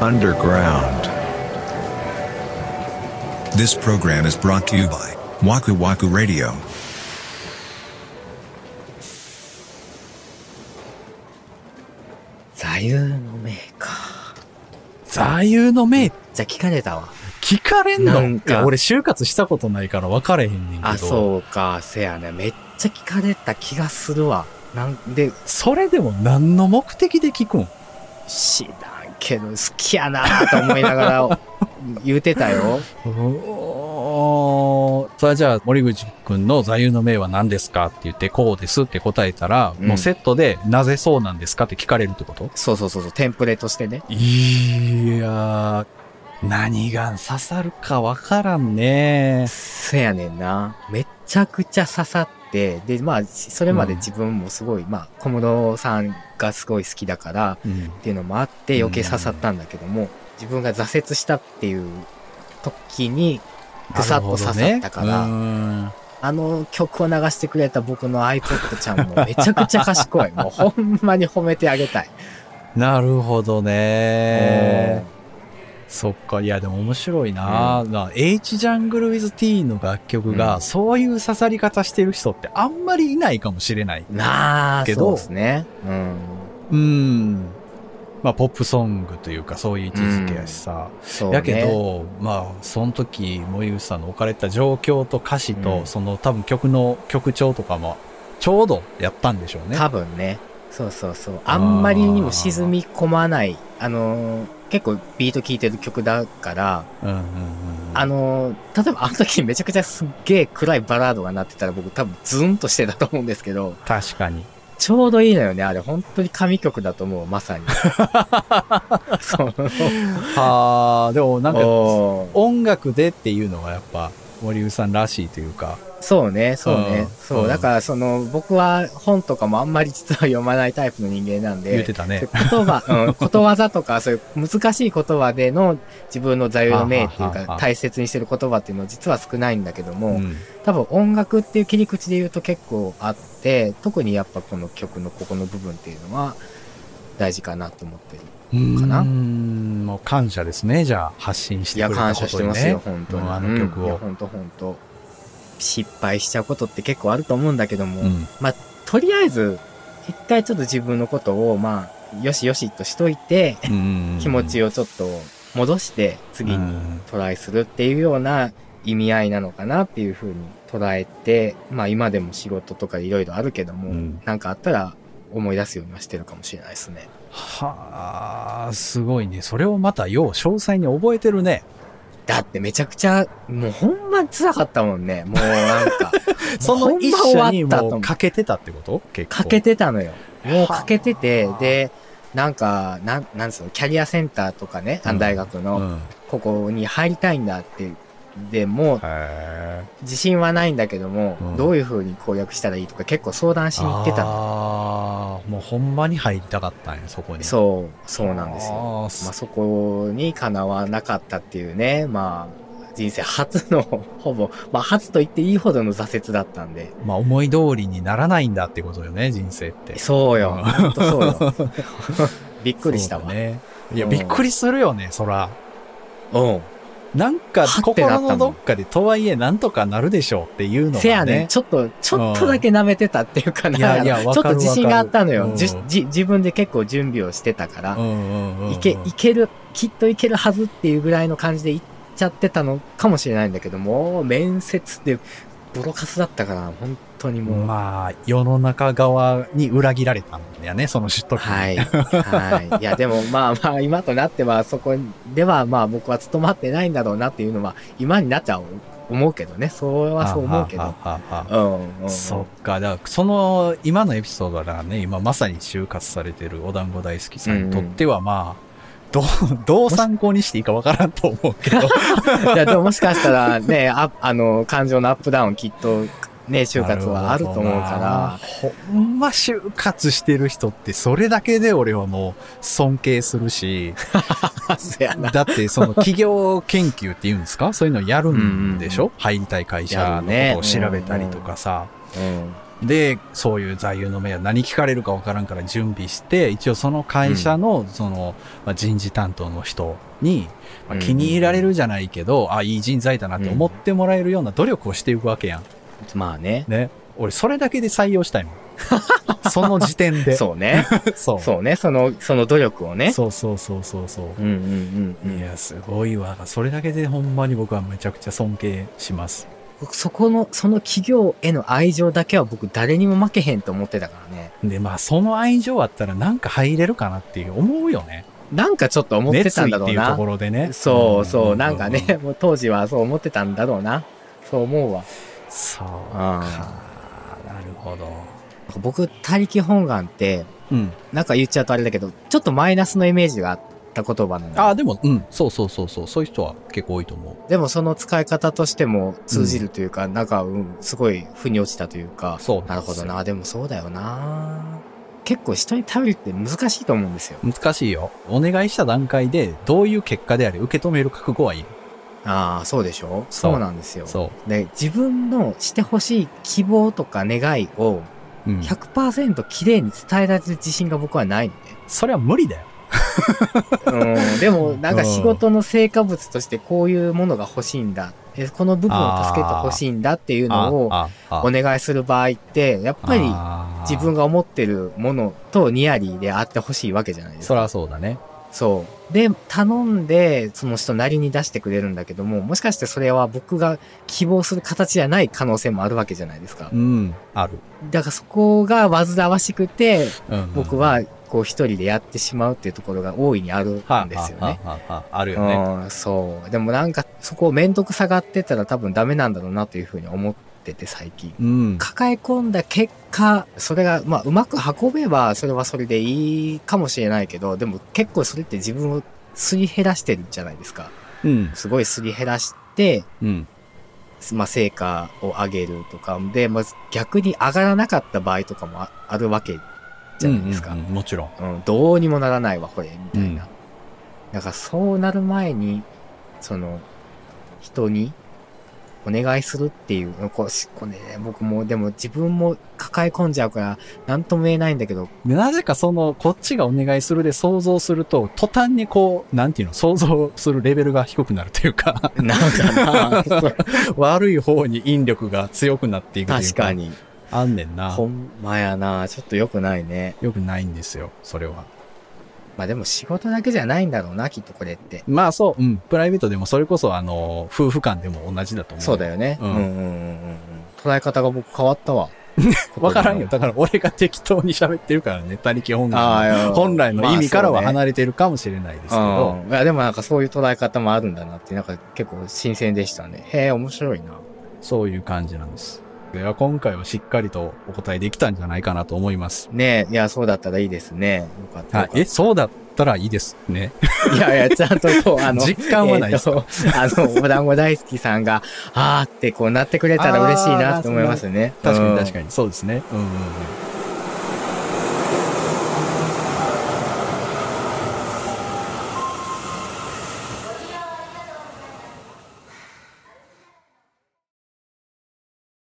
underground. This program is brought to you by Waku Waku Radio. 座右の銘か。 座右の銘じゃあ聞かれたわ。 聞かれんの？ なんかいや俺就活したことないから分かれへんねんけど。 あ、そうか。せやね。めっちゃ聞かれた気がするわ。なんで、 それでも何の目的で聞くん？ 知らんけど好きやなと思いながら言うてたよ。 それはじゃあ森口くんの座右の銘は何ですかって言ってこうですって答えたら、もうセットでなぜそうなんですかって聞かれるってこと？ そう。テンプレとしてね。 いやー、何が刺さるかわからんね。 せやねんな。めちゃくちゃ刺さって、で、まあ、それまで自分もすごい、まあ、小室さんがすごい好きだから、っていうのもあって余計刺さったんだけども、自分が挫折したっていう時に、ぐさっと刺さったから、あの曲を流してくれた僕の iPod ちゃんもめちゃくちゃ賢い。もうほんまに褒めてあげたい。 なるほどね。そっか。いやでも面白いな、H ジャングル with T の楽曲がそういう刺さり方してる人ってあんまりいないかもしれないけど、 そうですね。 まあポップソングというかそういう位置づけやしさ、やけどまあその時森口さんの置かれた状況と歌詞と、その多分曲の曲調とかもちょうどやったんでしょうね。 多分ね。そう。あんまりにも沈み込まない、結構ビート聴いてる曲だから、例えばあの時めちゃくちゃすっげえ暗いバラードが鳴ってたら僕多分ズンとしてたと思うんですけど。 確かに。 ちょうどいいのよね。あれ本当に神曲だと思う、まさに。そう。 でもなんか音楽でっていうのがやっぱ森口さんらしいというか。 そうね。だから僕は本とかもあんまり実は読まないタイプの人間なんで。 言ってたね。 ことわざとかそういう難しい言葉での自分の座右の銘っていうか大切にしてる言葉っていうのは実は少ないんだけども、多分音楽っていう切り口で言うと結構あって、特にやっぱこの曲のここの部分っていうのは大事かなと思ってるかな。 もう感謝ですね。じゃあ発信してくれたことにね。 いや感謝してますよ本当に。 あの曲を。 いや本当。失敗しちゃうことって結構あると思うんだけども、まあとりあえず一回ちょっと自分のことをまあよしよしとしといて、気持ちをちょっと戻して次にトライするっていうような意味合いなのかなっていう風に捉えて、まあ今でも仕事とかいろいろあるけども、なんかあったら思い出すようにはしてるかもしれないですね。 はあ、すごいね。それをまたよう詳細に覚えてるね。 だってめちゃくちゃもうほんま辛かったもんね。もうなんかその一緒にもうかけてたってこと？結構かけてたのよ。もうかけてて、でなんかなんですよ、キャリアセンターとかね、大学の、ここに入りたいんだってでも自信はないんだけども、どういう風に攻略したらいいとか結構相談しに行ってたの。 もうほんまに入りたかったんや、そこに。 そうなんですよ。まあそこにかなわなかったっていうね、まあ人生初のほぼ、まあ初と言っていいほどの挫折だったんで。 まあ思い通りにならないんだってことよね、人生って。 そうよ。ほんとそうよ。びっくりしたわ。 ね。いや、びっくりするよね、そら。なんか心のどっかでとはいえなんとかなるでしょうっていうのがね。せやね、 ちょっとだけ舐めてたっていうかな。ちょっと自信があったのよ。自分で結構準備をしてたから、いける、きっといけるはずっていうぐらいの感じでいっちゃってたのかもしれないんだけども、面接ってボロカスだったから、本当にもう。 まあ、世の中側に裏切られたんだよね、その時に。 はい。いや、でもまあ今となってはそこではまあ僕は務まってないんだろうなっていうのは今になっちゃ思うけどね。それはそう思うけど。 そっか。だからその今のエピソードだね、今まさに就活されてるお団子大好きさんにとってはまあ、どう参考にしていいかわからんと思うけど。 いや、でももしかしたらね、感情のアップダウンきっとね、就活はあると思うから。 ほんま就活してる人ってそれだけで俺はもう尊敬するし。だってその企業研究っていうんですか？そういうのやるんでしょ？入りたい会社のことを調べたりとかさ。 で、そういう座右の銘は何聞かれるかわからんから準備して、一応その会社の、人事担当の人に、気に入られるじゃないけど、いい人材だなって思ってもらえるような努力をしていくわけやん。 まあね。 ね。俺、それだけで採用したいもん。その時点で。 そうね。そうね。その努力をね。 そう。いや、すごいわ。それだけでほんまに僕はめちゃくちゃ尊敬します。 その企業への愛情だけは僕誰にも負けへんと思ってたからね。 で、その愛情あったらなんか入れるかなっていう思うよね。 なんかちょっと思ってたんだろうな。 熱意っていうところでね。 そう。なんかね、もう当時はそう思ってたんだろうな。そう思うわ。 そうか。なるほど。 僕、他力本願って、なんか言っちゃうとあれだけど、ちょっとマイナスのイメージがあった言葉なんだ。 でも、そう。そういう人は結構多いと思う。 でもその使い方としても通じるというか、なんか、すごい腑に落ちたというか。 そう。 なるほどな。でもそうだよな。結構人に頼るって難しいと思うんですよ。 難しいよ。お願いした段階で、どういう結果であれ受け止める覚悟はいる。 そうでしょ？そうなんですよ。 そう。 で、自分のしてほしい希望とか願いを、100% 綺麗に伝えられる自信が僕はないのね。 それは無理だよ。 でもなんか仕事の成果物としてこういうものが欲しいんだ。この部分を助けて欲しいんだっていうのをお願いする場合って、やっぱり自分が思ってるものとニアリーであってほしいわけじゃないですか。 そりゃそうだね。 そう。で、頼んで、その人なりに出してくれるんだけども、もしかしてそれは僕が希望する形じゃない可能性もあるわけじゃないですか。 ある。 だからそこが煩わしくて、僕はこう一人でやってしまうっていうところが大いにあるんですよね。 あるよね。 そう。でもなんかそこをめんどくさがってたら多分ダメなんだろうなというふうに思ってて最近。抱え込んだ結果、それがうまく運べばそれはそれでいいかもしれないけど、でも結構それって自分をすり減らしてるじゃないですか。すごいすり減らして、成果を上げるとかで、逆に上がらなかった場合とかもあるわけじゃないですか。 もちろん。 どうにもならないわ、これ、みたいな。だからそうなる前に、人にお願いするっていう、僕も、でも自分も抱え込んじゃうから、なんとも言えないんだけど。 なぜかこっちがお願いするで想像すると、途端に想像するレベルが低くなるというか。 なんかな悪い方に引力が強くなっていくというか。 確かに。 あんねんな。 ほんまやな。ちょっと良くないね。 良くないんですよ、それは。 でも仕事だけじゃないんだろうな、きっとこれって。 そう。プライベートでもそれこそ夫婦間でも同じだと思う。 そうだよね。捉え方が僕変わったわ。 わからんよ。だから俺が適当に喋ってるからね、他力本願。本来の意味からは離れてるかもしれないですけど。 いや、でもなんかそういう捉え方もあるんだなって、なんか結構新鮮でしたね。へえ、面白いな。 そういう感じなんです。今回はしっかりとお答えできたんじゃないかなと思います。 ねえ、いや、そうだったらいいですね。よかった。 そうだったらいいですね。 いや、ちゃんと実感はないですか？ お団子大好きさんが、ってなってくれたら嬉しいなって思いますね。 確かに。そうですね。